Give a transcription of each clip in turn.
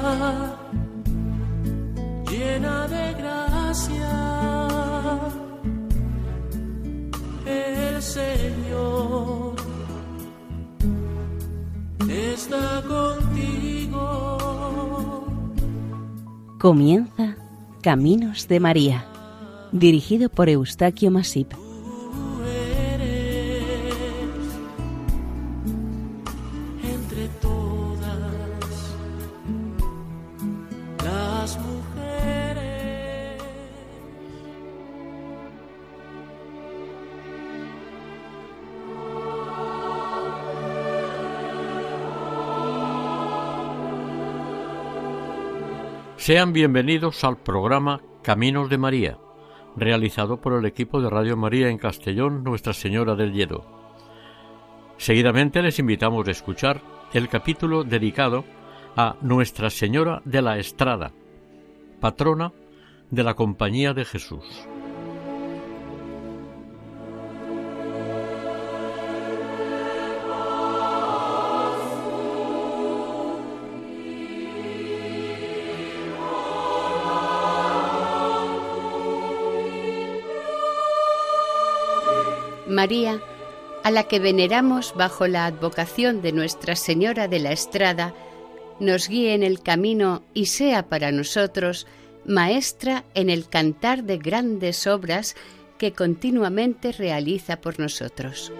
llena de gracia, el Señor está contigo. Comienza Caminos de María, dirigido por Eustaquio Masip. Sean bienvenidos al programa Caminos de María, realizado por el equipo de Radio María en Castellón, Nuestra Señora del Lledó. Seguidamente les invitamos a escuchar el capítulo dedicado a Nuestra Señora de la Estrada, patrona de la Compañía de Jesús. María, a la que veneramos bajo la advocación de Nuestra Señora de la Estrada, nos guíe en el camino y sea para nosotros maestra en el cantar de grandes obras que continuamente realiza por nosotros.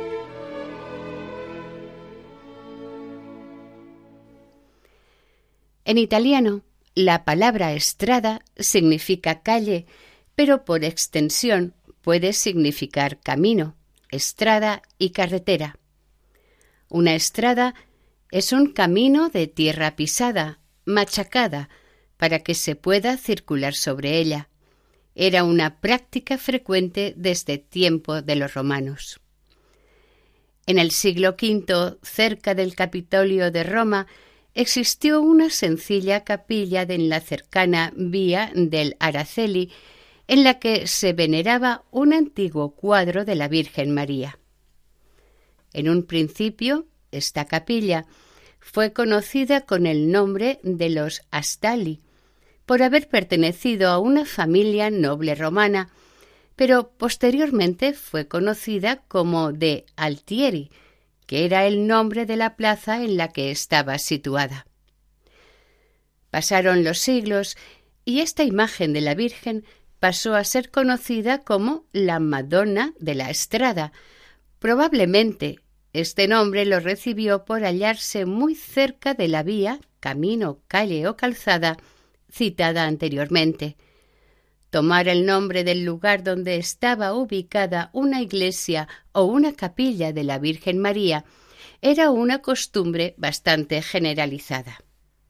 En italiano, la palabra estrada significa calle, pero por extensión puede significar camino, estrada y carretera. Una estrada es un camino de tierra pisada, machacada, para que se pueda circular sobre ella. Era una práctica frecuente desde tiempo de los romanos. En el siglo V, cerca del Capitolio de Roma, existió una sencilla capilla en la cercana Vía del Araceli, en la que se veneraba un antiguo cuadro de la Virgen María. En un principio, esta capilla fue conocida con el nombre de los Astali, por haber pertenecido a una familia noble romana, pero posteriormente fue conocida como de Altieri, que era el nombre de la plaza en la que estaba situada. Pasaron los siglos y esta imagen de la Virgen pasó a ser conocida como la Madonna de la Estrada. Probablemente este nombre lo recibió por hallarse muy cerca de la vía, camino, calle o calzada citada anteriormente. Tomar el nombre del lugar donde estaba ubicada una iglesia o una capilla de la Virgen María era una costumbre bastante generalizada.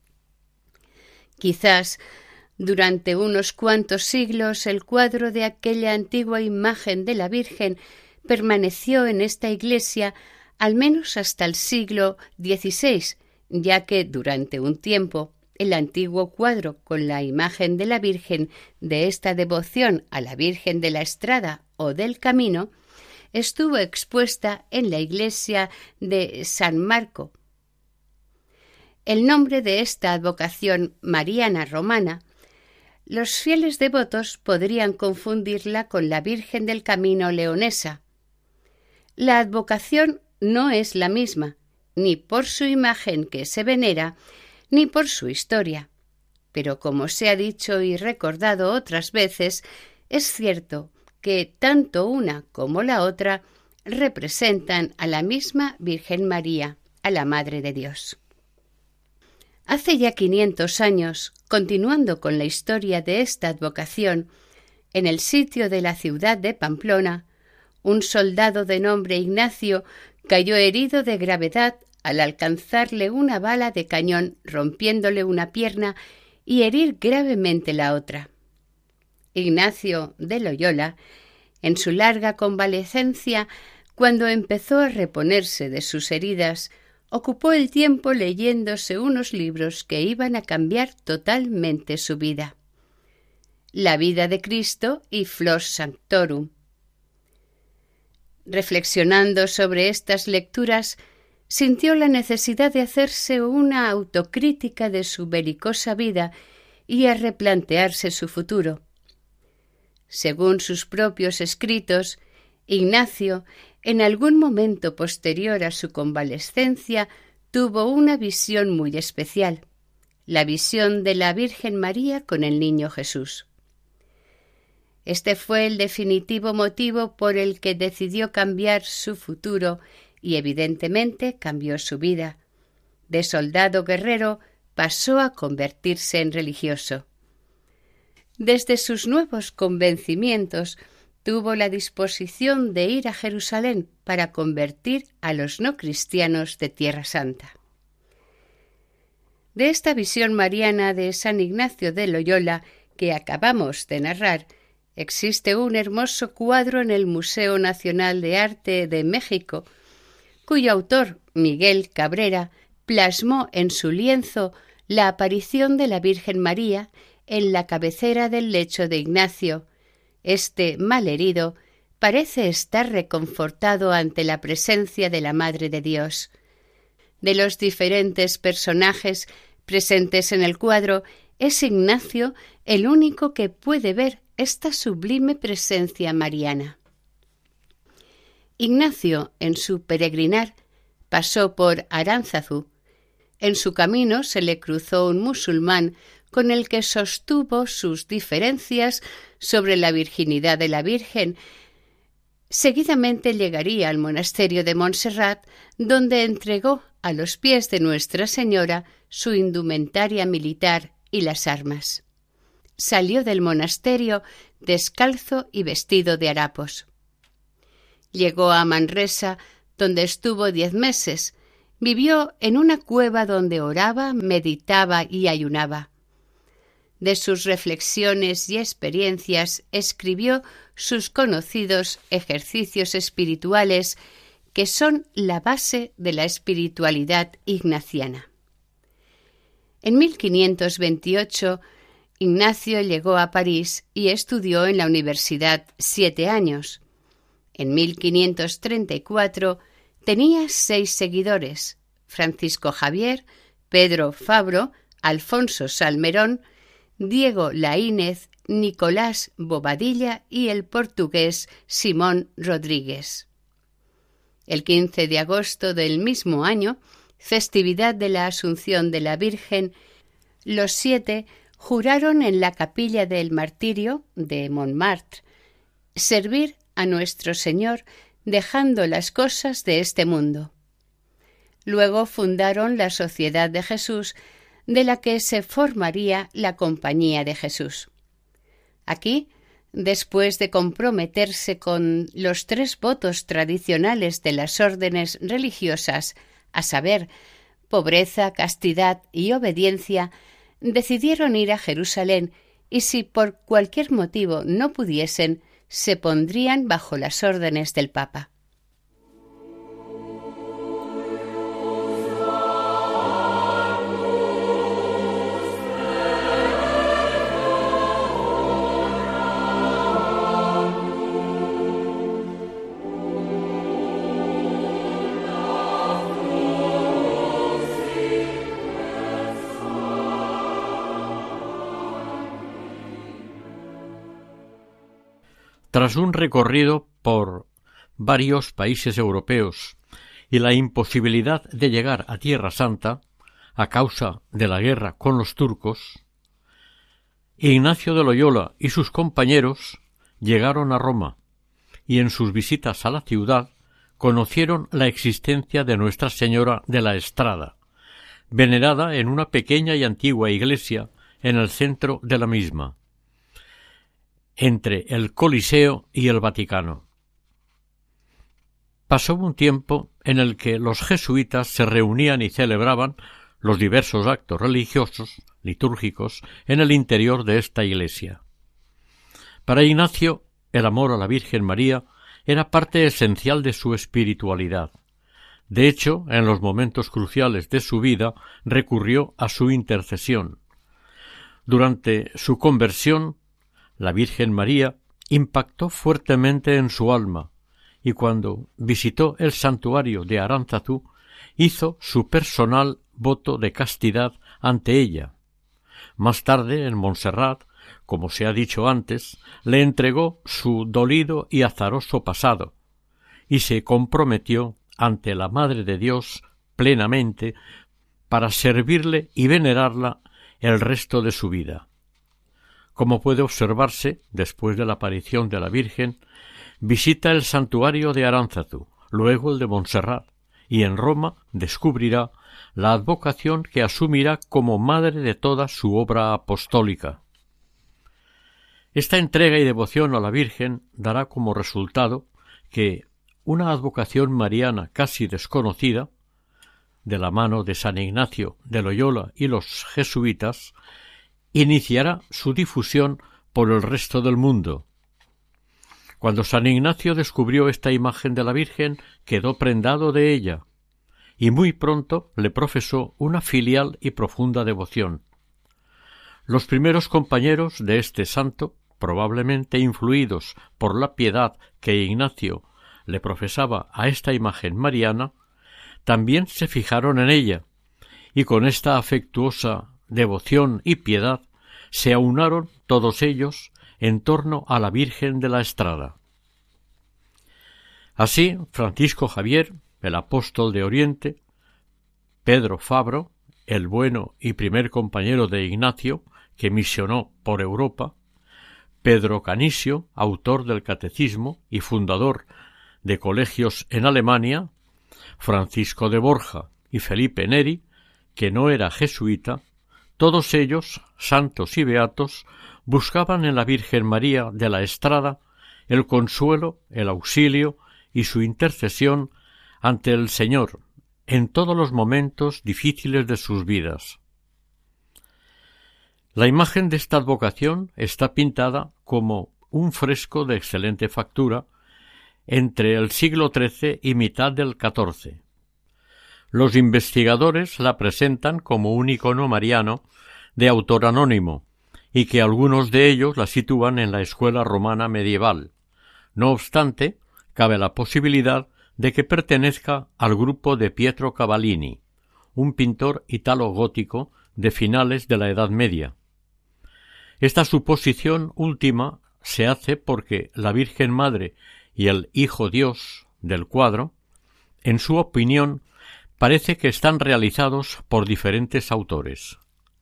Quizás durante unos cuantos siglos el cuadro de aquella antigua imagen de la Virgen permaneció en esta iglesia al menos hasta el siglo XVI, ya que durante un tiempo el antiguo cuadro con la imagen de la Virgen de esta devoción a la Virgen de la Estrada o del Camino estuvo expuesta en la iglesia de San Marco. El nombre de esta advocación mariana romana, los fieles devotos podrían confundirla con la Virgen del Camino leonesa. La advocación no es la misma, ni por su imagen que se venera, ni por su historia. Pero como se ha dicho y recordado otras veces, es cierto que tanto una como la otra representan a la misma Virgen María, a la Madre de Dios. Hace ya 500 años, continuando con la historia de esta advocación, en el sitio de la ciudad de Pamplona, un soldado de nombre Ignacio cayó herido de gravedad al alcanzarle una bala de cañón, rompiéndole una pierna y herir gravemente la otra. Ignacio de Loyola, en su larga convalecencia, cuando empezó a reponerse de sus heridas, ocupó el tiempo leyéndose unos libros que iban a cambiar totalmente su vida. La vida de Cristo y Flor Sanctorum. Reflexionando sobre estas lecturas, sintió la necesidad de hacerse una autocrítica de su belicosa vida y a replantearse su futuro. Según sus propios escritos, Ignacio, en algún momento posterior a su convalescencia, tuvo una visión muy especial, la visión de la Virgen María con el Niño Jesús. Este fue el definitivo motivo por el que decidió cambiar su futuro y evidentemente cambió su vida. De soldado guerrero pasó a convertirse en religioso. Desde sus nuevos convencimientos tuvo la disposición de ir a Jerusalén para convertir a los no cristianos de Tierra Santa. De esta visión mariana de San Ignacio de Loyola que acabamos de narrar, existe un hermoso cuadro en el Museo Nacional de Arte de México, cuyo autor, Miguel Cabrera, plasmó en su lienzo la aparición de la Virgen María en la cabecera del lecho de Ignacio. Este malherido parece estar reconfortado ante la presencia de la Madre de Dios. De los diferentes personajes presentes en el cuadro, es Ignacio el único que puede ver esta sublime presencia mariana. Ignacio, en su peregrinar, pasó por Aránzazu. En su camino se le cruzó un musulmán con el que sostuvo sus diferencias sobre la virginidad de la Virgen. Seguidamente llegaría al monasterio de Montserrat, donde entregó a los pies de Nuestra Señora su indumentaria militar y las armas. Salió del monasterio descalzo y vestido de harapos. Llegó a Manresa, donde estuvo 10 meses. Vivió en una cueva donde oraba, meditaba y ayunaba. De sus reflexiones y experiencias escribió sus conocidos ejercicios espirituales, que son la base de la espiritualidad ignaciana. En 1528, Ignacio llegó a París y estudió en la universidad 7 años. En 1534 tenía 6 seguidores: Francisco Javier, Pedro Fabro, Alfonso Salmerón, Diego Laínez, Nicolás Bobadilla y el portugués Simón Rodríguez. El 15 de agosto del mismo año, festividad de la Asunción de la Virgen, los 7 juraron en la capilla del Martirio de Montmartre servir a Nuestro Señor dejando las cosas de este mundo. Luego fundaron la Sociedad de Jesús, de la que se formaría la Compañía de Jesús. Aquí, después de comprometerse con los 3 votos tradicionales de las órdenes religiosas, a saber, pobreza, castidad y obediencia, decidieron ir a Jerusalén y, si por cualquier motivo no pudiesen, se pondrían bajo las órdenes del Papa. Tras un recorrido por varios países europeos y la imposibilidad de llegar a Tierra Santa a causa de la guerra con los turcos, Ignacio de Loyola y sus compañeros llegaron a Roma y en sus visitas a la ciudad conocieron la existencia de Nuestra Señora de la Estrada, venerada en una pequeña y antigua iglesia en el centro de la misma, entre el Coliseo y el Vaticano. Pasó un tiempo en el que los jesuitas se reunían y celebraban los diversos actos religiosos, litúrgicos, en el interior de esta iglesia. Para Ignacio, el amor a la Virgen María era parte esencial de su espiritualidad. De hecho, en los momentos cruciales de su vida recurrió a su intercesión. Durante su conversión, la Virgen María impactó fuertemente en su alma, y cuando visitó el santuario de Aránzazu, hizo su personal voto de castidad ante ella. Más tarde, en Montserrat, como se ha dicho antes, le entregó su dolido y azaroso pasado, y se comprometió ante la Madre de Dios plenamente para servirle y venerarla el resto de su vida. Como puede observarse, después de la aparición de la Virgen, visita el santuario de Aránzazu, luego el de Montserrat, y en Roma descubrirá la advocación que asumirá como madre de toda su obra apostólica. Esta entrega y devoción a la Virgen dará como resultado que una advocación mariana casi desconocida, de la mano de San Ignacio de Loyola y los jesuitas, iniciará su difusión por el resto del mundo. Cuando San Ignacio descubrió esta imagen de la Virgen, quedó prendado de ella, y muy pronto le profesó una filial y profunda devoción. Los primeros compañeros de este santo, probablemente influidos por la piedad que Ignacio le profesaba a esta imagen mariana, también se fijaron en ella, y con esta afectuosa devoción y piedad se aunaron todos ellos en torno a la Virgen de la Estrada. Así, Francisco Javier, el apóstol de Oriente, Pedro Fabro, el bueno y primer compañero de Ignacio, que misionó por Europa, Pedro Canisio, autor del Catecismo y fundador de colegios en Alemania, Francisco de Borja y Felipe Neri, que no era jesuita, todos ellos, santos y beatos, buscaban en la Virgen María de la Estrada el consuelo, el auxilio y su intercesión ante el Señor en todos los momentos difíciles de sus vidas. La imagen de esta advocación está pintada como un fresco de excelente factura entre el siglo XIII y mitad del XIV. Los investigadores la presentan como un icono mariano de autor anónimo, y que algunos de ellos la sitúan en la escuela romana medieval. No obstante, cabe la posibilidad de que pertenezca al grupo de Pietro Cavallini, un pintor italo-gótico de finales de la Edad Media. Esta suposición última se hace porque la Virgen Madre y el Hijo Dios del cuadro, en su opinión, parece que están realizados por diferentes autores.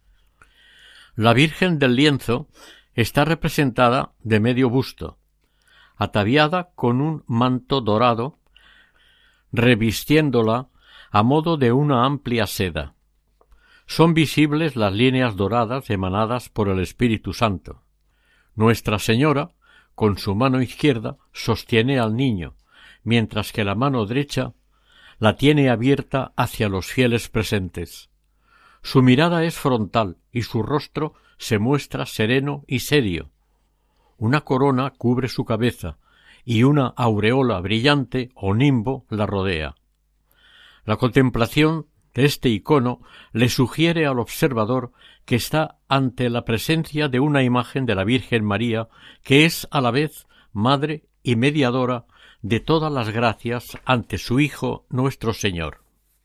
La Virgen del lienzo está representada de medio busto, ataviada con un manto dorado, revistiéndola a modo de una amplia seda. Son visibles las líneas doradas emanadas por el Espíritu Santo. Nuestra Señora, con su mano izquierda, sostiene al niño, mientras que la mano derecha la tiene abierta hacia los fieles presentes. Su mirada es frontal y su rostro se muestra sereno y serio. Una corona cubre su cabeza y una aureola brillante o nimbo la rodea. La contemplación de este icono le sugiere al observador que está ante la presencia de una imagen de la Virgen María que es a la vez madre y mediadora de todas las gracias ante su Hijo nuestro Señor.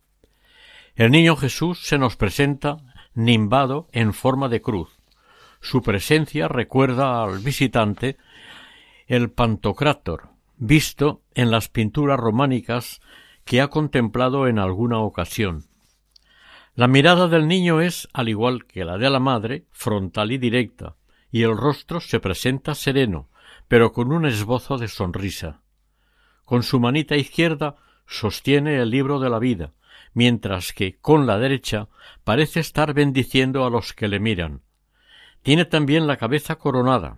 El niño Jesús se nos presenta nimbado en forma de cruz. Su presencia recuerda al visitante el Pantocrátor, visto en las pinturas románicas que ha contemplado en alguna ocasión. La mirada del niño es, al igual que la de la madre, frontal y directa, y el rostro se presenta sereno, pero con un esbozo de sonrisa. Con su manita izquierda sostiene el libro de la vida, mientras que con la derecha parece estar bendiciendo a los que le miran. Tiene también la cabeza coronada.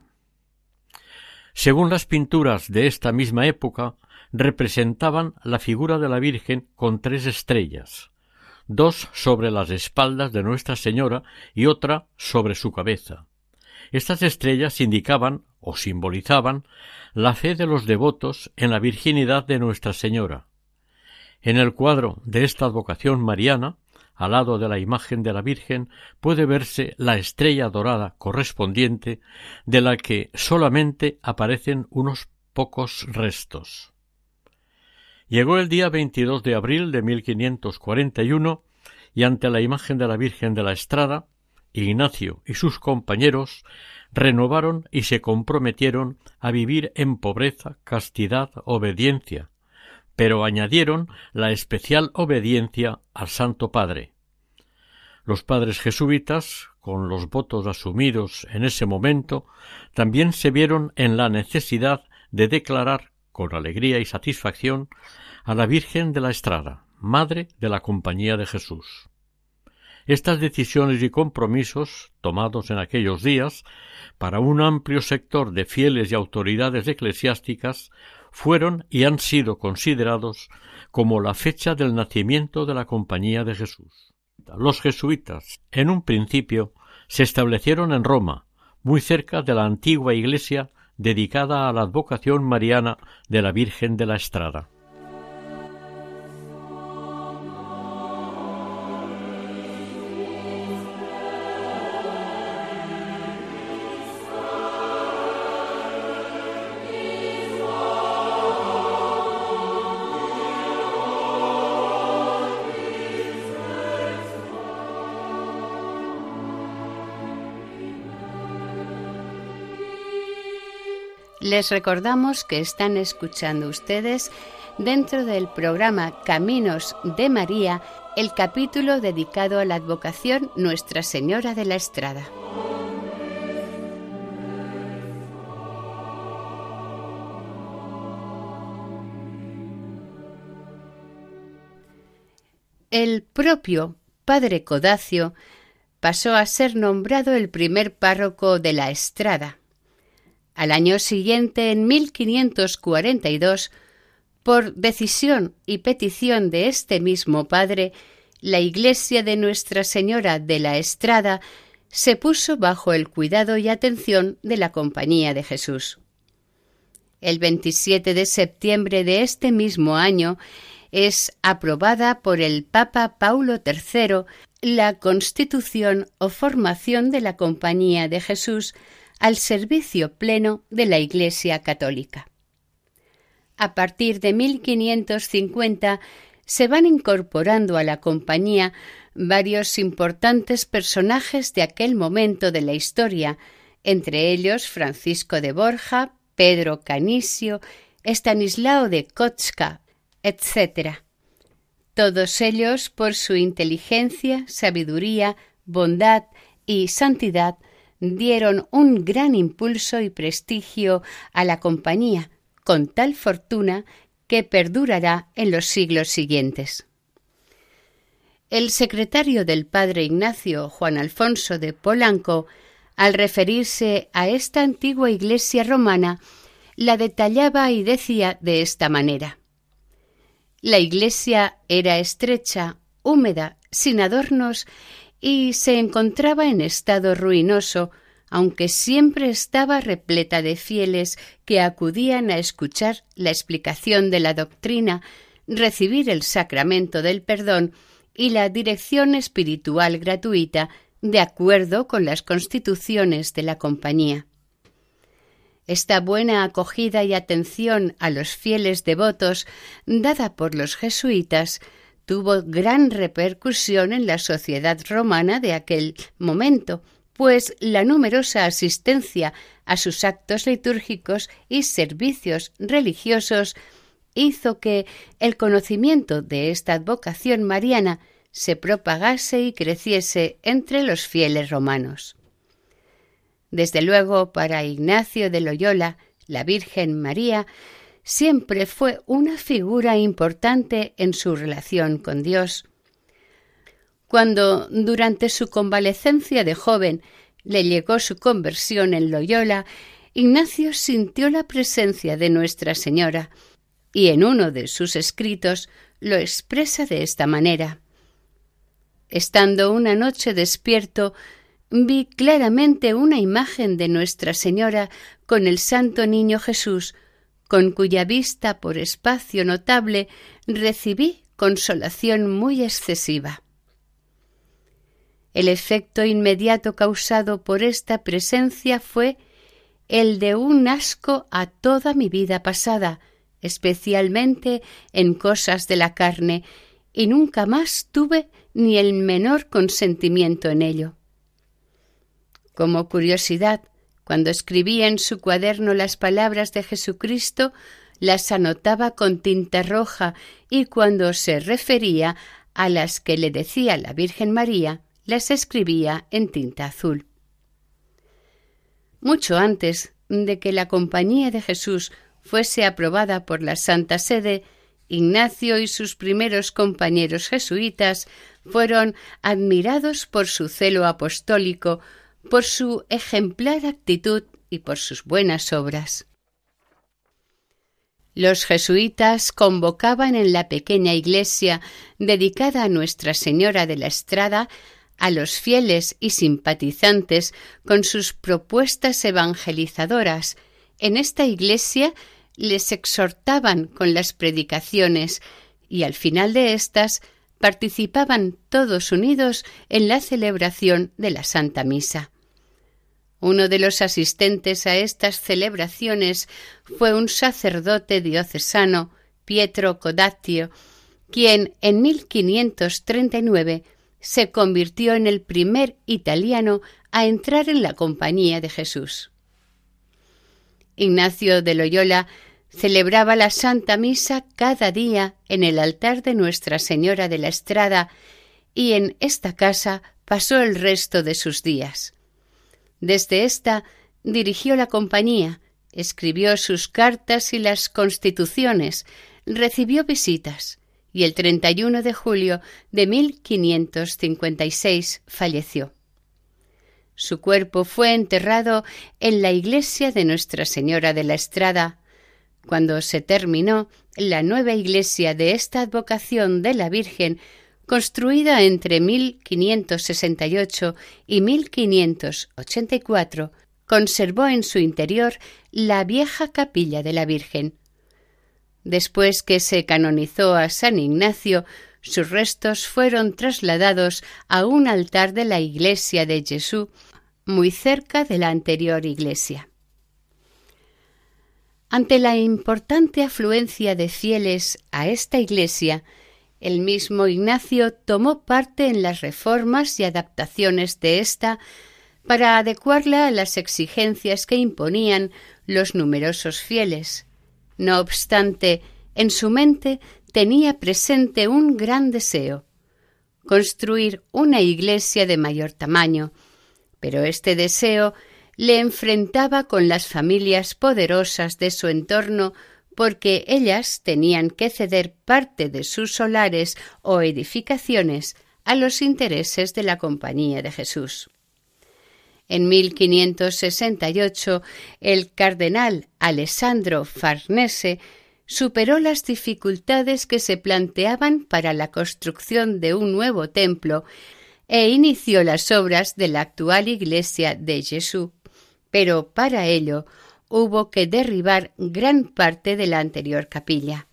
Según las pinturas de esta misma época, representaban la figura de la Virgen con 3 estrellas, 2 sobre las espaldas de Nuestra Señora y otra sobre su cabeza. Estas estrellas indicaban o simbolizaban la fe de los devotos en la virginidad de Nuestra Señora. En el cuadro de esta advocación mariana, al lado de la imagen de la Virgen, puede verse la estrella dorada correspondiente, de la que solamente aparecen unos pocos restos. Llegó el día 22 de abril de 1541 y ante la imagen de la Virgen de la Estrada, Ignacio y sus compañeros renovaron y se comprometieron a vivir en pobreza, castidad, obediencia, pero añadieron la especial obediencia al Santo Padre. Los padres jesuitas, con los votos asumidos en ese momento, también se vieron en la necesidad de declarar con alegría y satisfacción a la Virgen de la Estrada, Madre de la Compañía de Jesús. Estas decisiones y compromisos, tomados en aquellos días, para un amplio sector de fieles y autoridades eclesiásticas, fueron y han sido considerados como la fecha del nacimiento de la Compañía de Jesús. Los jesuitas, en un principio, se establecieron en Roma, muy cerca de la antigua iglesia dedicada a la advocación mariana de la Virgen de la Estrada. Les recordamos que están escuchando ustedes, dentro del programa Caminos de María, el capítulo dedicado a la advocación Nuestra Señora de la Estrada. El propio padre Codacio pasó a ser nombrado el primer párroco de la Estrada. Al año siguiente, en 1542, por decisión y petición de este mismo padre, la iglesia de Nuestra Señora de la Estrada se puso bajo el cuidado y atención de la Compañía de Jesús. El 27 de septiembre de este mismo año es aprobada por el Papa Paulo III la constitución o formación de la Compañía de Jesús al servicio pleno de la Iglesia católica. A partir de 1550 se van incorporando a la compañía varios importantes personajes de aquel momento de la historia, entre ellos Francisco de Borja, Pedro Canisio, Estanislao de Kotska, etc. Todos ellos, por su inteligencia, sabiduría, bondad y santidad, dieron un gran impulso y prestigio a la compañía, con tal fortuna que perdurará en los siglos siguientes. El secretario del padre Ignacio, Juan Alfonso de Polanco, al referirse a esta antigua iglesia romana, la detallaba y decía de esta manera: la iglesia era estrecha, húmeda, sin adornos y se encontraba en estado ruinoso, aunque siempre estaba repleta de fieles que acudían a escuchar la explicación de la doctrina, recibir el sacramento del perdón y la dirección espiritual gratuita de acuerdo con las constituciones de la compañía. Esta buena acogida y atención a los fieles devotos, dada por los jesuitas, tuvo gran repercusión en la sociedad romana de aquel momento, pues la numerosa asistencia a sus actos litúrgicos y servicios religiosos hizo que el conocimiento de esta advocación mariana se propagase y creciese entre los fieles romanos. Desde luego, para Ignacio de Loyola, la Virgen María siempre fue una figura importante en su relación con Dios. Cuando, durante su convalecencia de joven, le llegó su conversión en Loyola, Ignacio sintió la presencia de Nuestra Señora y en uno de sus escritos lo expresa de esta manera: estando una noche despierto, vi claramente una imagen de Nuestra Señora con el Santo Niño Jesús, con cuya vista por espacio notable recibí consolación muy excesiva. El efecto inmediato causado por esta presencia fue el de un asco a toda mi vida pasada, especialmente en cosas de la carne, y nunca más tuve ni el menor consentimiento en ello. Como curiosidad, cuando escribía en su cuaderno las palabras de Jesucristo, las anotaba con tinta roja, y cuando se refería a las que le decía la Virgen María, las escribía en tinta azul. Mucho antes de que la Compañía de Jesús fuese aprobada por la Santa Sede, Ignacio y sus primeros compañeros jesuitas fueron admirados por su celo apostólico, por su ejemplar actitud y por sus buenas obras. Los jesuitas convocaban en la pequeña iglesia dedicada a Nuestra Señora de la Estrada a los fieles y simpatizantes con sus propuestas evangelizadoras. En esta iglesia les exhortaban con las predicaciones y al final de éstas participaban todos unidos en la celebración de la Santa Misa. Uno de los asistentes a estas celebraciones fue un sacerdote diocesano, Pietro Codazio, quien en 1539 se convirtió en el primer italiano a entrar en la Compañía de Jesús. Ignacio de Loyola celebraba la Santa Misa cada día en el altar de Nuestra Señora de la Estrada y en esta casa pasó el resto de sus días. Desde esta dirigió la compañía, escribió sus cartas y las constituciones, recibió visitas y el 31 de julio de 1556 falleció. Su cuerpo fue enterrado en la iglesia de Nuestra Señora de la Estrada. Cuando se terminó la nueva iglesia de esta advocación de la Virgen, construida entre 1568 y 1584, conservó en su interior la vieja capilla de la Virgen. Después que se canonizó a San Ignacio, sus restos fueron trasladados a un altar de la iglesia de Jesús, muy cerca de la anterior iglesia. Ante la importante afluencia de fieles a esta iglesia, el mismo Ignacio tomó parte en las reformas y adaptaciones de esta para adecuarla a las exigencias que imponían los numerosos fieles. No obstante, en su mente tenía presente un gran deseo: construir una iglesia de mayor tamaño, pero este deseo le enfrentaba con las familias poderosas de su entorno, porque ellas tenían que ceder parte de sus solares o edificaciones a los intereses de la Compañía de Jesús. En 1568, el cardenal Alessandro Farnese superó las dificultades que se planteaban para la construcción de un nuevo templo e inició las obras de la actual iglesia de Jesús, pero para ello hubo que derribar gran parte de la anterior capilla.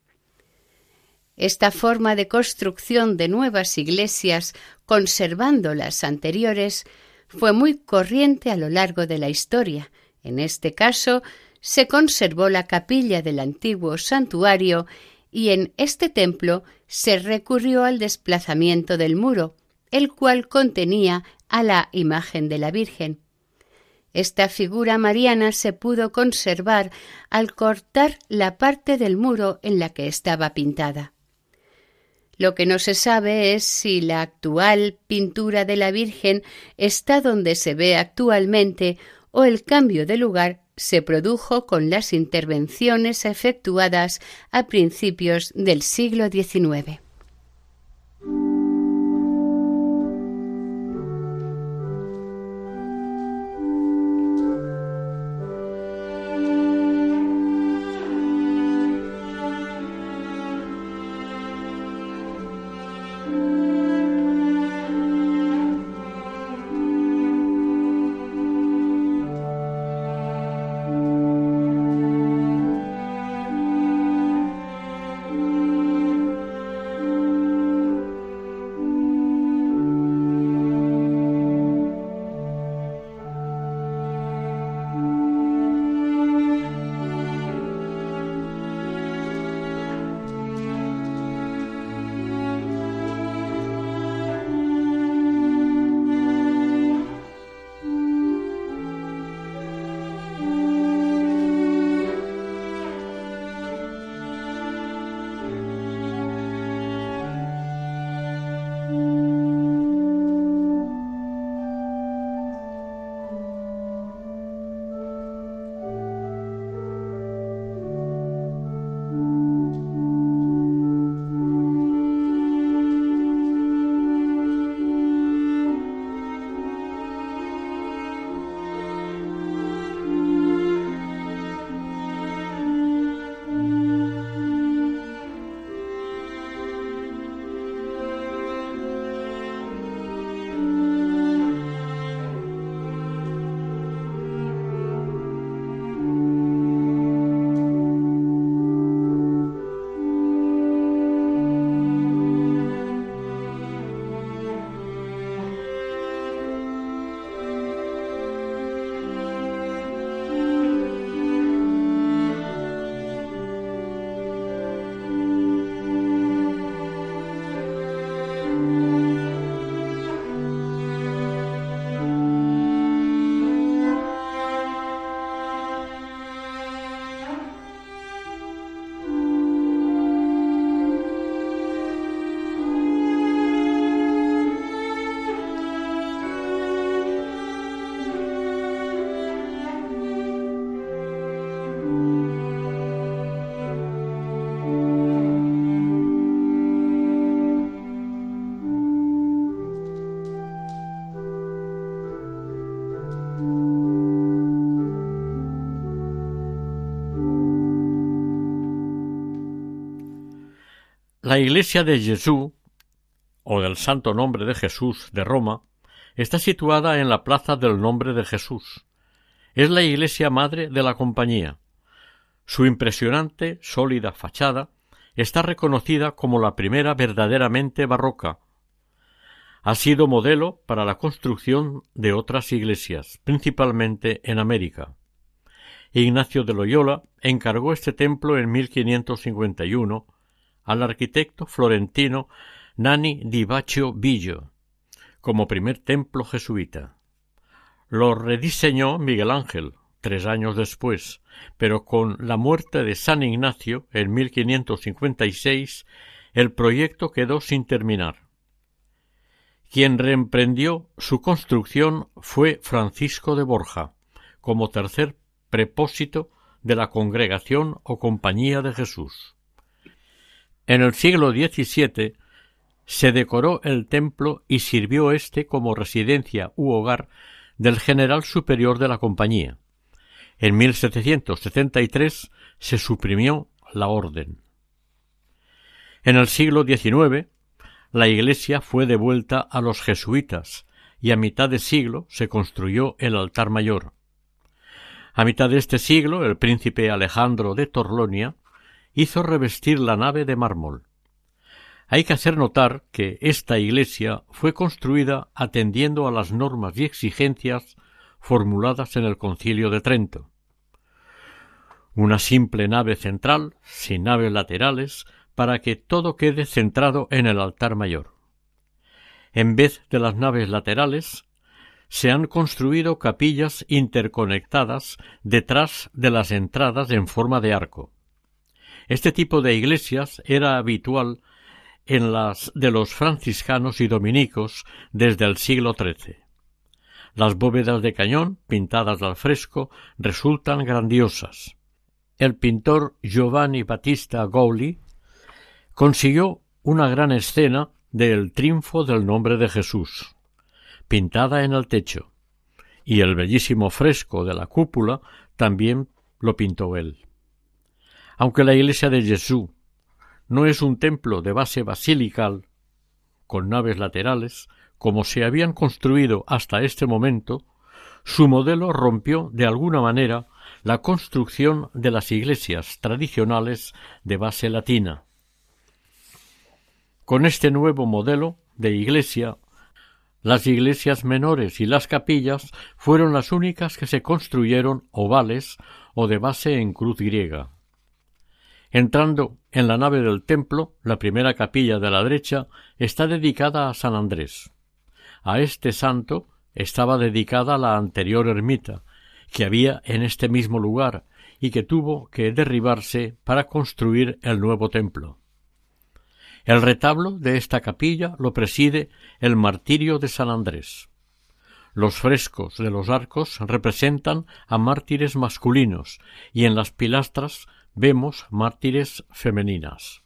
Esta forma de construcción de nuevas iglesias, conservando las anteriores, fue muy corriente a lo largo de la historia. En este caso, se conservó la capilla del antiguo santuario y en este templo se recurrió al desplazamiento del muro, el cual contenía a la imagen de la Virgen. Esta figura mariana se pudo conservar al cortar la parte del muro en la que estaba pintada. Lo que no se sabe es si la actual pintura de la Virgen está donde se ve actualmente o el cambio de lugar se produjo con las intervenciones efectuadas a principios del siglo XIX. La iglesia de Jesús, o del Santo Nombre de Jesús de Roma, está situada en la Plaza del Nombre de Jesús. Es la iglesia madre de la compañía. Su impresionante, sólida fachada está reconocida como la primera verdaderamente barroca. Ha sido modelo para la construcción de otras iglesias, principalmente en América. Ignacio de Loyola encargó este templo en 1551 al arquitecto florentino Nanni di Baccio Billo, como primer templo jesuita. Lo rediseñó Miguel Ángel 3 años después, pero con la muerte de San Ignacio en 1556 el proyecto quedó sin terminar. Quien reemprendió su construcción fue Francisco de Borja, como tercer prepósito de la Congregación o Compañía de Jesús. En el siglo XVII se decoró el templo y sirvió éste como residencia u hogar del general superior de la compañía. En 1773 se suprimió la orden. En el siglo XIX la iglesia fue devuelta a los jesuitas y a mitad de siglo se construyó el altar mayor. A mitad de este siglo el príncipe Alejandro de Torlonia hizo revestir la nave de mármol. Hay que hacer notar que esta iglesia fue construida atendiendo a las normas y exigencias formuladas en el Concilio de Trento. Una simple nave central, sin naves laterales, para que todo quede centrado en el altar mayor. En vez de las naves laterales, se han construido capillas interconectadas detrás de las entradas en forma de arco. Este tipo de iglesias era habitual en las de los franciscanos y dominicos desde el siglo XIII. Las bóvedas de cañón, pintadas al fresco, resultan grandiosas. El pintor Giovanni Battista Gaulli consiguió una gran escena del triunfo del nombre de Jesús, pintada en el techo, y el bellísimo fresco de la cúpula también lo pintó él. Aunque la iglesia de Jesús no es un templo de base basilical, con naves laterales, como se habían construido hasta este momento, su modelo rompió de alguna manera la construcción de las iglesias tradicionales de base latina. Con este nuevo modelo de iglesia, las iglesias menores y las capillas fueron las únicas que se construyeron ovales o de base en cruz griega. Entrando en la nave del templo, la primera capilla de la derecha está dedicada a San Andrés. A este santo estaba dedicada la anterior ermita, que había en este mismo lugar y que tuvo que derribarse para construir el nuevo templo. El retablo de esta capilla lo preside el martirio de San Andrés. Los frescos de los arcos representan a mártires masculinos y en las pilastras vemos mártires femeninas.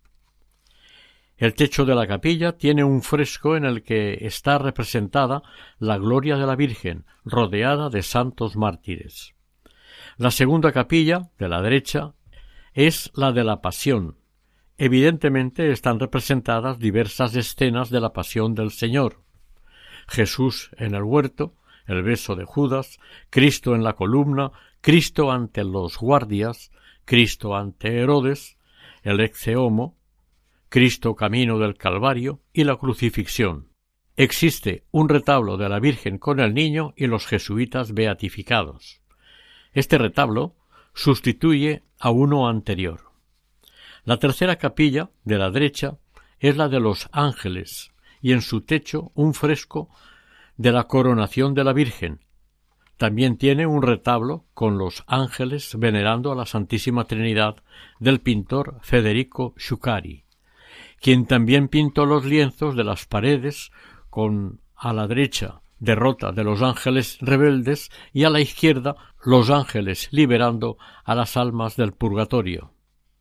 El techo de la capilla tiene un fresco en el que está representada la gloria de la Virgen, rodeada de santos mártires. La segunda capilla, de la derecha, es la de la Pasión. Evidentemente están representadas diversas escenas de la pasión del Señor. Jesús en el huerto, el beso de Judas, Cristo en la columna, Cristo ante los guardias, Cristo ante Herodes, el ecce homo, Cristo camino del Calvario y la crucifixión. Existe un retablo de la Virgen con el niño y los jesuitas beatificados. Este retablo sustituye a uno anterior. La tercera capilla, de la derecha, es la de los ángeles, y en su techo un fresco de la coronación de la Virgen. También tiene un retablo con los ángeles venerando a la Santísima Trinidad del pintor Federico Schucari, quien también pintó los lienzos de las paredes con, a la derecha, derrota de los ángeles rebeldes y a la izquierda los ángeles liberando a las almas del purgatorio.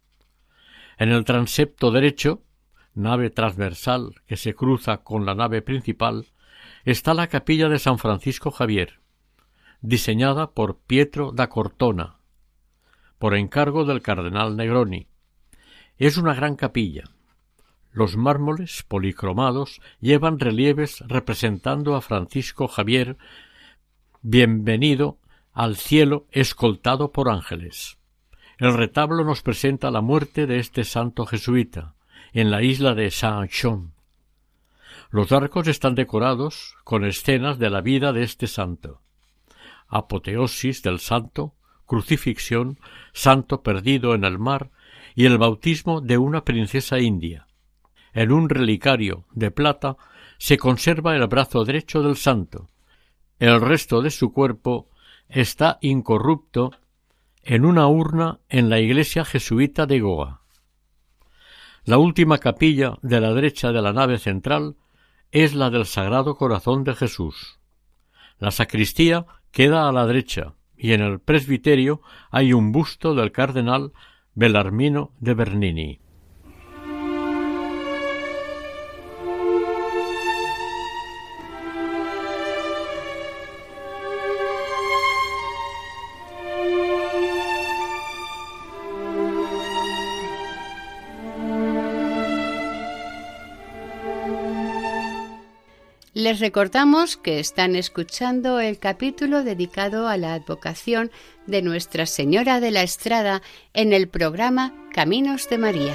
En el transepto derecho, nave transversal que se cruza con la nave principal, está la capilla de San Francisco Javier, diseñada por Pietro da Cortona, por encargo del cardenal Negroni. Es una gran capilla. Los mármoles policromados llevan relieves representando a Francisco Javier bienvenido al cielo escoltado por ángeles. El retablo nos presenta la muerte de este santo jesuita en la isla de Saint-Jean. Los arcos están decorados con escenas de la vida de este santo. Apoteosis del santo, crucifixión, santo perdido en el mar y el bautismo de una princesa india. En un relicario de plata se conserva el brazo derecho del santo. El resto de su cuerpo está incorrupto en una urna en la iglesia jesuita de Goa. La última capilla de la derecha de la nave central es la del Sagrado Corazón de Jesús. La sacristía queda a la derecha y en el presbiterio hay un busto del cardenal Bellarmino de Bernini. Les recordamos que están escuchando el capítulo dedicado a la advocación de Nuestra Señora de la Estrada en el programa Caminos de María.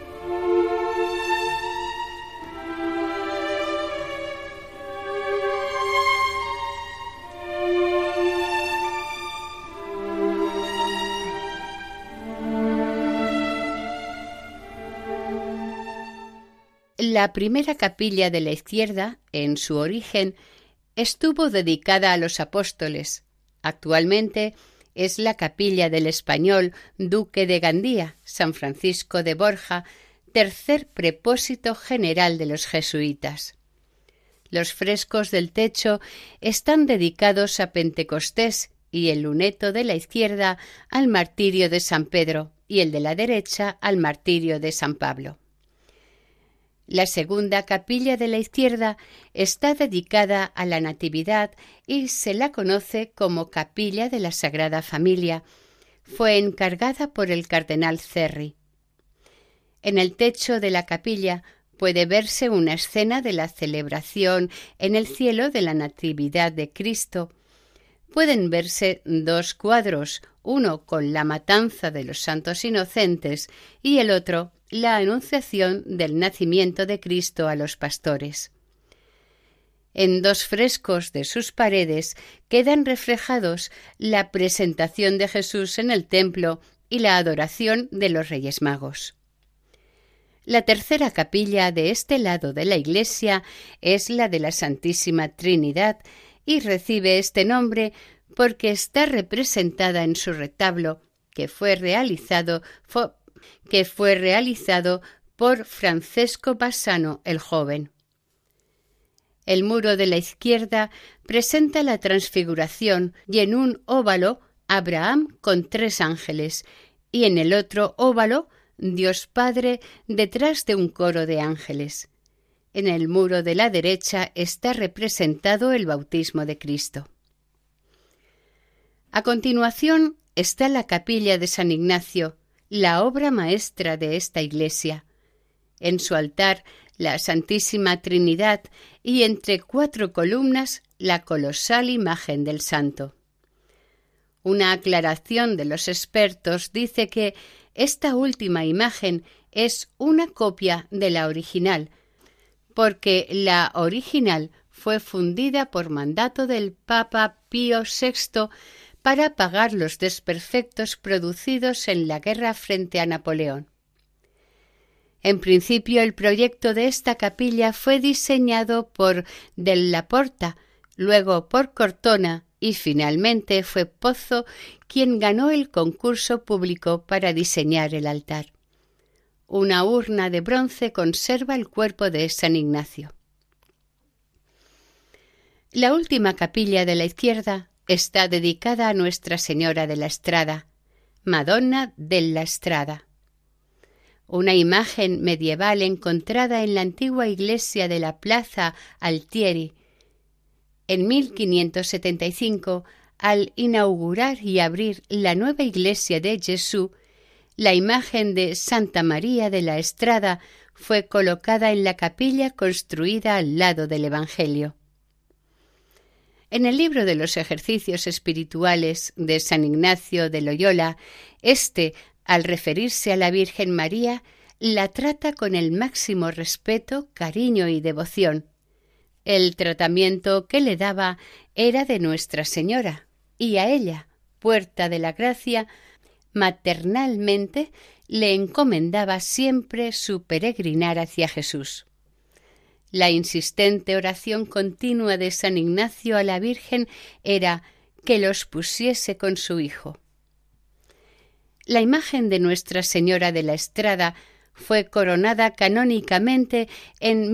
La primera capilla de la izquierda, en su origen, estuvo dedicada a los apóstoles. Actualmente es la capilla del español duque de Gandía, San Francisco de Borja, tercer prepósito general de los jesuitas. Los frescos del techo están dedicados a Pentecostés y el luneto de la izquierda al martirio de San Pedro y el de la derecha al martirio de San Pablo. La segunda capilla de la izquierda está dedicada a la Natividad y se la conoce como Capilla de la Sagrada Familia. Fue encargada por el cardenal Cerri. En el techo de la capilla puede verse una escena de la celebración en el cielo de la Natividad de Cristo. Pueden verse dos cuadros, uno con la matanza de los santos inocentes y el otro la anunciación del nacimiento de Cristo a los pastores. En dos frescos de sus paredes quedan reflejados la presentación de Jesús en el templo y la adoración de los Reyes Magos. La tercera capilla de este lado de la iglesia es la de la Santísima Trinidad y recibe este nombre porque está representada en su retablo, que fue realizado por Francesco Bassano el Joven. El muro de la izquierda presenta la Transfiguración y en un óvalo Abraham con 3 ángeles y en el otro óvalo Dios Padre detrás de un coro de ángeles. En el muro de la derecha está representado el bautismo de Cristo. A continuación está la capilla de San Ignacio, la obra maestra de esta iglesia. En su altar, la Santísima Trinidad y entre 4 columnas, la colosal imagen del santo. Una aclaración de los expertos dice que esta última imagen es una copia de la original, porque la original fue fundida por mandato del Papa Pío VI para pagar los desperfectos producidos en la guerra frente a Napoleón. En principio, el proyecto de esta capilla fue diseñado por Della Porta, luego por Cortona y finalmente fue Pozzo quien ganó el concurso público para diseñar el altar. Una urna de bronce conserva el cuerpo de San Ignacio. La última capilla de la izquierda está dedicada a Nuestra Señora de la Estrada, Madonna della Strada. Una imagen medieval encontrada en la antigua iglesia de la Plaza Altieri. En 1575, al inaugurar y abrir la nueva iglesia de Jesús, la imagen de Santa María de la Estrada fue colocada en la capilla construida al lado del Evangelio. En el libro de los ejercicios espirituales de San Ignacio de Loyola, al referirse a la Virgen María, la trata con el máximo respeto, cariño y devoción. El tratamiento que le daba era de Nuestra Señora, y a ella, puerta de la gracia, maternalmente le encomendaba siempre su peregrinar hacia Jesús. La insistente oración continua de San Ignacio a la Virgen era que los pusiese con su Hijo. La imagen de Nuestra Señora de la Estrada fue coronada canónicamente en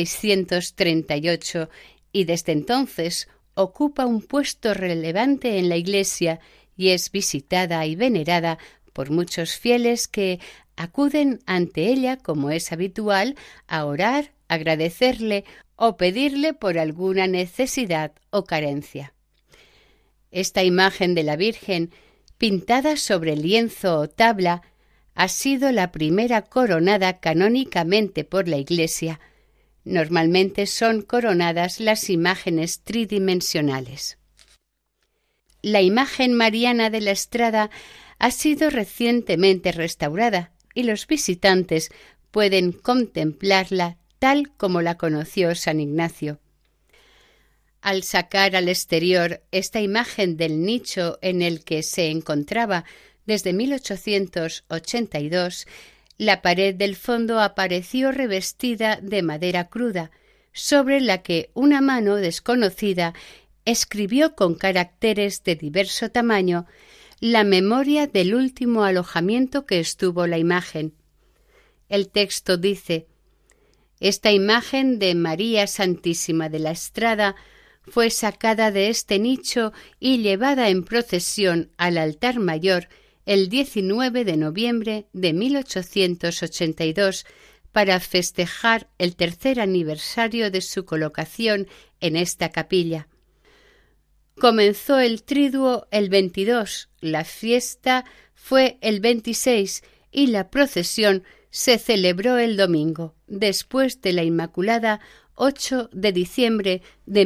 1638 y desde entonces ocupa un puesto relevante en la Iglesia y es visitada y venerada por muchos fieles que acuden ante ella, como es habitual, a orar, agradecerle o pedirle por alguna necesidad o carencia. Esta imagen de la Virgen, pintada sobre lienzo o tabla, ha sido la primera coronada canónicamente por la Iglesia. Normalmente son coronadas las imágenes tridimensionales. La imagen mariana de la Estrada ha sido recientemente restaurada y los visitantes pueden contemplarla tal como la conoció San Ignacio. Al sacar al exterior esta imagen del nicho en el que se encontraba desde 1882, la pared del fondo apareció revestida de madera cruda, sobre la que una mano desconocida escribió con caracteres de diverso tamaño la memoria del último alojamiento que estuvo la imagen. El texto dice: «Esta imagen de María Santísima de la Estrada fue sacada de este nicho y llevada en procesión al altar mayor el 19 de noviembre de 1882 para festejar el tercer aniversario de su colocación en esta capilla. Comenzó el triduo el 22, la fiesta fue el 26 y la procesión se celebró el domingo, después de la Inmaculada, 8 de diciembre de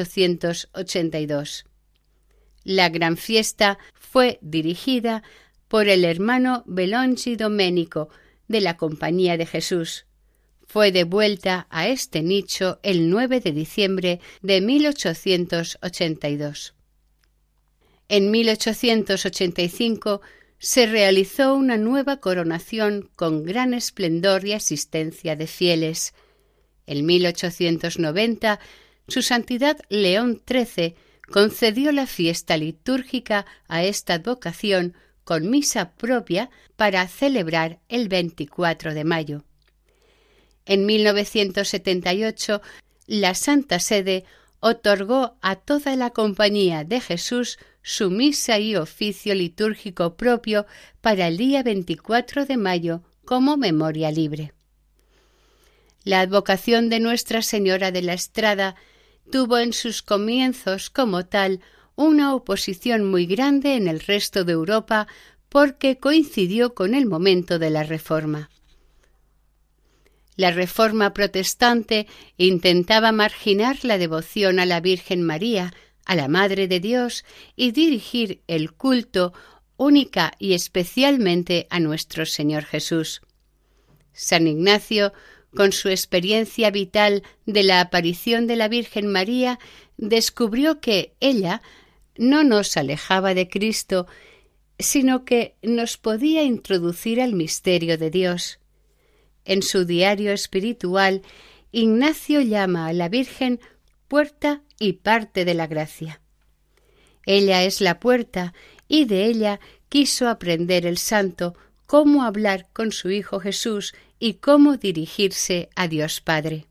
1882. La gran fiesta fue dirigida por el hermano Belongi Domenico de la Compañía de Jesús. Fue devuelta a este nicho el 9 de diciembre de 1882. En 1885 se realizó una nueva coronación con gran esplendor y asistencia de fieles. En 1890, Su Santidad León XIII concedió la fiesta litúrgica a esta advocación con misa propia para celebrar el 24 de mayo. En 1978, la Santa Sede otorgó a toda la Compañía de Jesús su misa y oficio litúrgico propio para el día 24 de mayo como memoria libre. La advocación de Nuestra Señora de la Estrada tuvo en sus comienzos como tal una oposición muy grande en el resto de Europa porque coincidió con el momento de la Reforma. La Reforma protestante intentaba marginar la devoción a la Virgen María, a la Madre de Dios, y dirigir el culto única y especialmente a nuestro Señor Jesús. San Ignacio, con su experiencia vital de la aparición de la Virgen María, descubrió que ella no nos alejaba de Cristo, sino que nos podía introducir al misterio de Dios. En su diario espiritual, Ignacio llama a la Virgen puerta y parte de la gracia. Ella es la puerta y de ella quiso aprender el santo cómo hablar con su Hijo Jesús y cómo dirigirse a Dios Padre.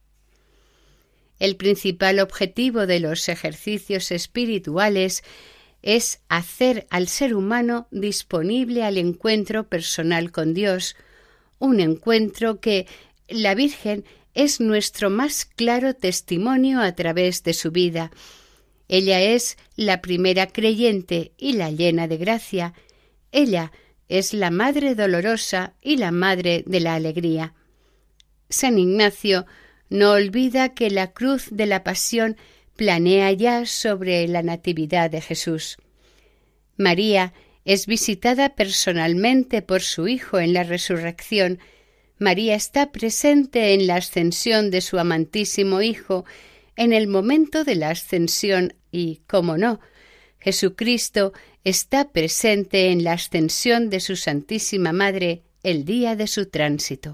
El principal objetivo de los ejercicios espirituales es hacer al ser humano disponible al encuentro personal con Dios, un encuentro que la Virgen es nuestro más claro testimonio a través de su vida. Ella es la primera creyente y la llena de gracia. Ella es la Madre dolorosa y la Madre de la alegría. San Ignacio no olvida que la cruz de la Pasión planea ya sobre la Natividad de Jesús. María es visitada personalmente por su Hijo en la resurrección. María está presente en la ascensión de su amantísimo Hijo, en el momento de la ascensión y, cómo no, Jesucristo está presente en la ascensión de su Santísima Madre el día de su tránsito.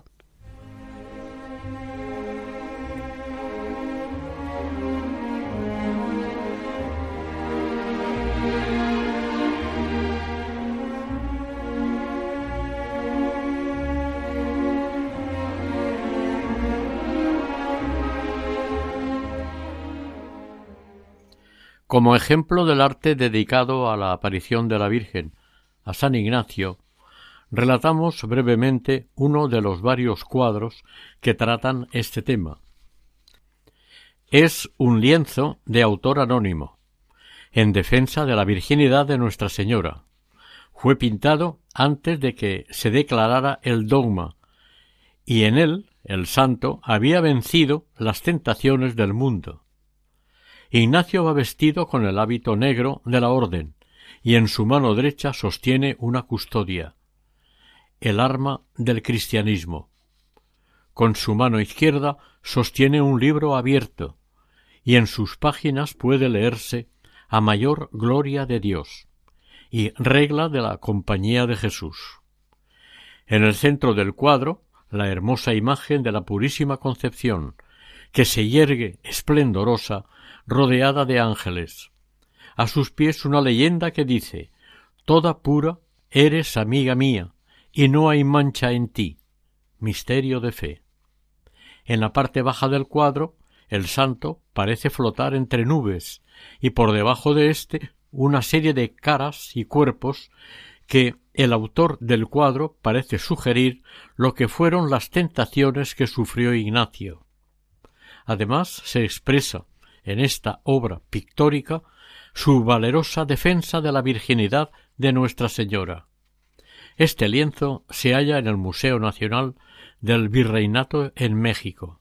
Como ejemplo del arte dedicado a la aparición de la Virgen a San Ignacio, relatamos brevemente uno de los varios cuadros que tratan este tema. Es un lienzo de autor anónimo, en defensa de la virginidad de Nuestra Señora. Fue pintado antes de que se declarara el dogma, y en él el santo había vencido las tentaciones del mundo. Ignacio va vestido con el hábito negro de la orden, y en su mano derecha sostiene una custodia, el arma del cristianismo. Con su mano izquierda sostiene un libro abierto, y en sus páginas puede leerse a mayor gloria de Dios y regla de la compañía de Jesús. En el centro del cuadro, la hermosa imagen de la Purísima Concepción, que se yergue esplendorosa, rodeada de ángeles. A sus pies una leyenda que dice: «Toda pura eres amiga mía, y no hay mancha en ti». Misterio de fe. En la parte baja del cuadro, el santo parece flotar entre nubes, y por debajo de éste una serie de caras y cuerpos que el autor del cuadro parece sugerir lo que fueron las tentaciones que sufrió Ignacio. Además, se expresa en esta obra pictórica su valerosa defensa de la virginidad de Nuestra Señora. Este lienzo se halla en el Museo Nacional del Virreinato en México.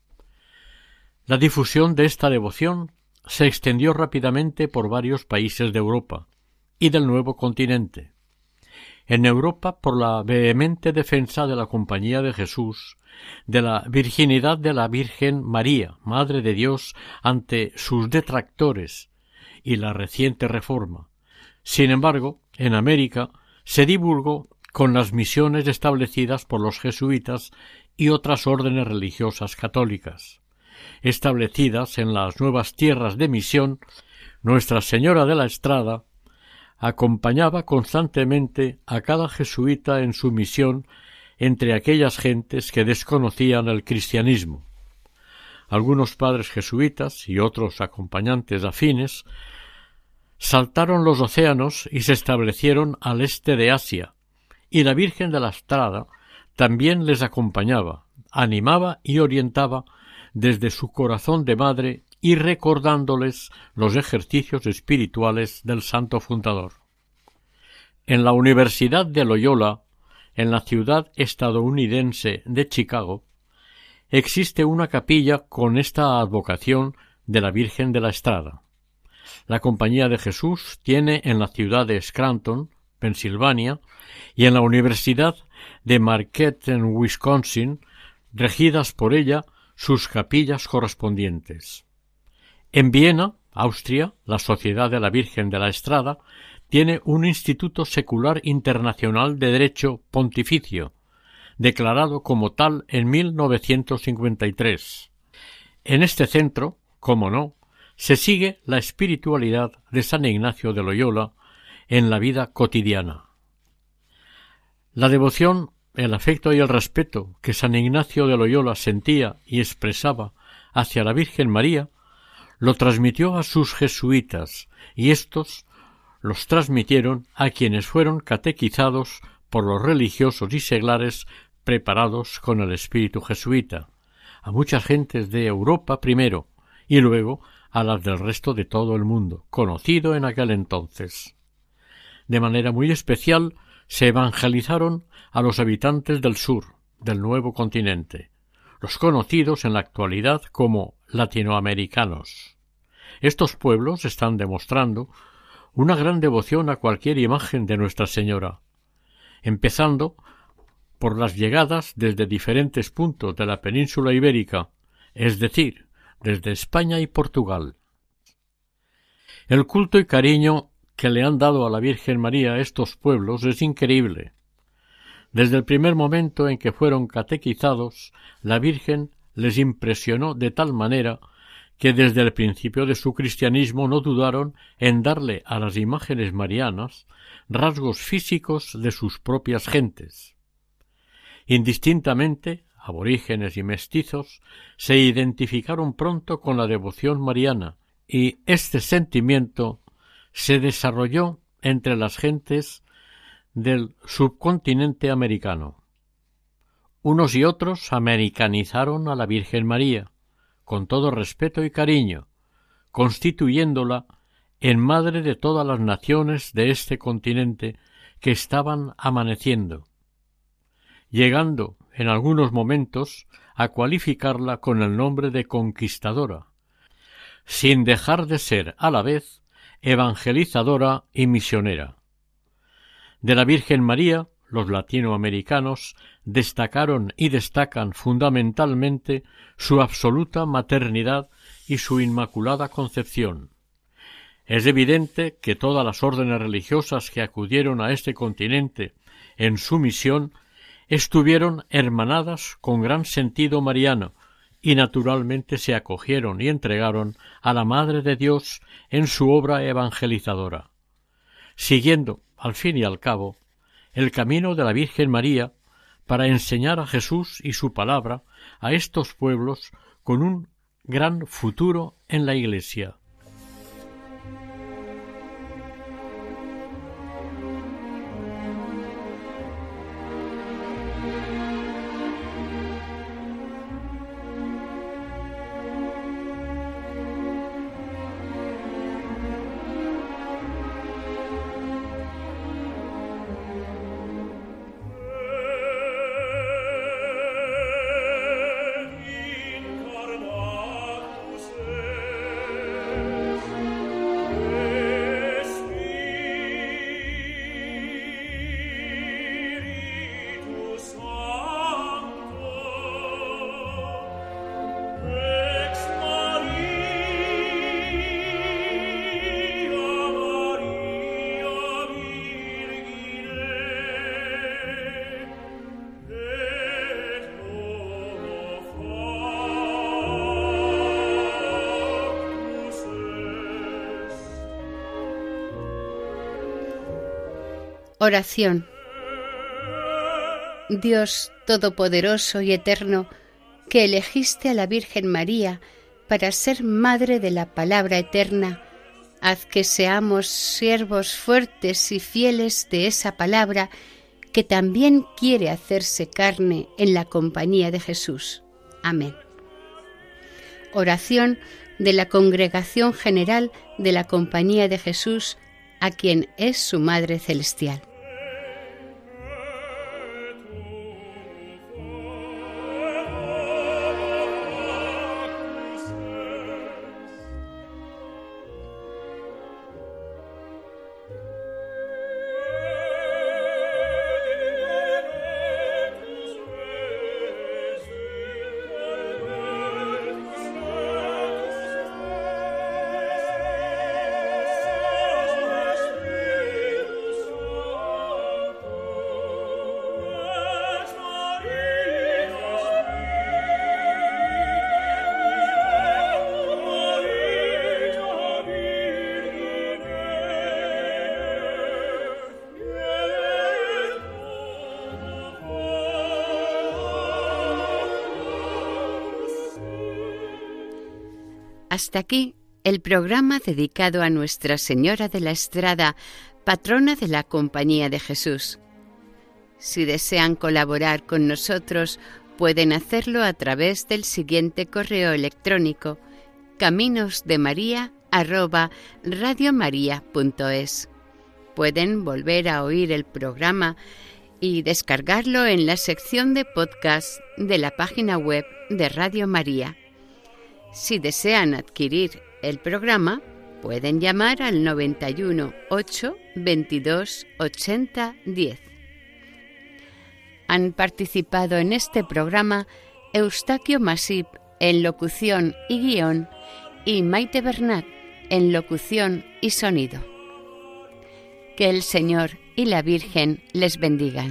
La difusión de esta devoción se extendió rápidamente por varios países de Europa y del Nuevo Continente. En Europa, por la vehemente defensa de la Compañía de Jesús, de la virginidad de la Virgen María, Madre de Dios, ante sus detractores, y la reciente reforma. Sin embargo, en América se divulgó con las misiones establecidas por los jesuitas y otras órdenes religiosas católicas. Establecidas en las nuevas tierras de misión, Nuestra Señora de la Estrada acompañaba constantemente a cada jesuita en su misión entre aquellas gentes que desconocían el cristianismo. Algunos padres jesuitas y otros acompañantes afines saltaron los océanos y se establecieron al este de Asia, y la Virgen de la Estrada también les acompañaba, animaba y orientaba desde su corazón de madre y recordándoles los ejercicios espirituales del santo fundador. En la Universidad de Loyola, en la ciudad estadounidense de Chicago, existe una capilla con esta advocación de la Virgen de la Estrada. La Compañía de Jesús tiene en la ciudad de Scranton, Pensilvania, y en la Universidad de Marquette en Wisconsin, regidas por ella, sus capillas correspondientes. En Viena, Austria, la Sociedad de la Virgen de la Estrada tiene un instituto secular internacional de derecho pontificio, declarado como tal en 1953. En este centro, como no, se sigue la espiritualidad de San Ignacio de Loyola en la vida cotidiana. La devoción, el afecto y el respeto que San Ignacio de Loyola sentía y expresaba hacia la Virgen María lo transmitió a sus jesuitas, y éstos los transmitieron a quienes fueron catequizados por los religiosos y seglares preparados con el espíritu jesuita, a muchas gentes de Europa primero, y luego a las del resto de todo el mundo, conocido en aquel entonces. De manera muy especial se evangelizaron a los habitantes del sur, del Nuevo Continente, los conocidos en la actualidad como latinoamericanos. Estos pueblos están demostrando una gran devoción a cualquier imagen de Nuestra Señora, empezando por las llegadas desde diferentes puntos de la península ibérica, es decir, desde España y Portugal. El culto y cariño que le han dado a la Virgen María a estos pueblos es increíble. Desde el primer momento en que fueron catequizados, la Virgen les impresionó de tal manera que desde el principio de su cristianismo no dudaron en darle a las imágenes marianas rasgos físicos de sus propias gentes. Indistintamente, aborígenes y mestizos se identificaron pronto con la devoción mariana, y este sentimiento se desarrolló entre las gentes del subcontinente americano. Unos y otros americanizaron a la Virgen María, con todo respeto y cariño, constituyéndola en madre de todas las naciones de este continente que estaban amaneciendo, llegando en algunos momentos a cualificarla con el nombre de conquistadora, sin dejar de ser a la vez evangelizadora y misionera. De la Virgen María, los latinoamericanos destacaron y destacan fundamentalmente su absoluta maternidad y su inmaculada concepción. Es evidente que todas las órdenes religiosas que acudieron a este continente en su misión estuvieron hermanadas con gran sentido mariano y naturalmente se acogieron y entregaron a la Madre de Dios en su obra evangelizadora, siguiendo, al fin y al cabo, el camino de la Virgen María para enseñar a Jesús y su palabra a estos pueblos con un gran futuro en la Iglesia. Oración. Dios Todopoderoso y Eterno, que elegiste a la Virgen María para ser Madre de la Palabra Eterna, haz que seamos siervos fuertes y fieles de esa palabra que también quiere hacerse carne en la compañía de Jesús. Amén. Oración de la Congregación General de la Compañía de Jesús, a quien es su Madre Celestial. Hasta aquí el programa dedicado a Nuestra Señora de la Estrada, patrona de la Compañía de Jesús. Si desean colaborar con nosotros, pueden hacerlo a través del siguiente correo electrónico: caminosdemaria@radiomaria.es. Pueden volver a oír el programa y descargarlo en la sección de podcast de la página web de Radio María. Si desean adquirir el programa, pueden llamar al 91 8 22 80 10. Han participado en este programa Eustaquio Masip en locución y guión y Maite Bernat en locución y sonido. Que el Señor y la Virgen les bendigan.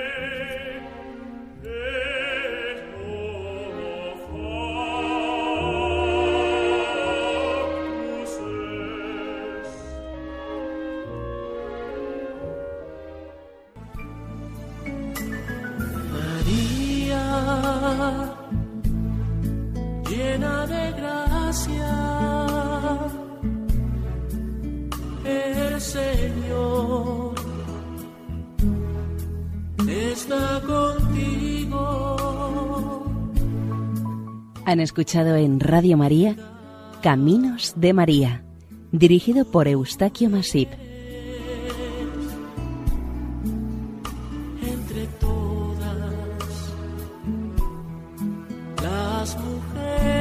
María, llena de gracia, el Señor está contigo. Han escuchado en Radio María Caminos de María, dirigido por Eustaquio Masip. Entre todas las mujeres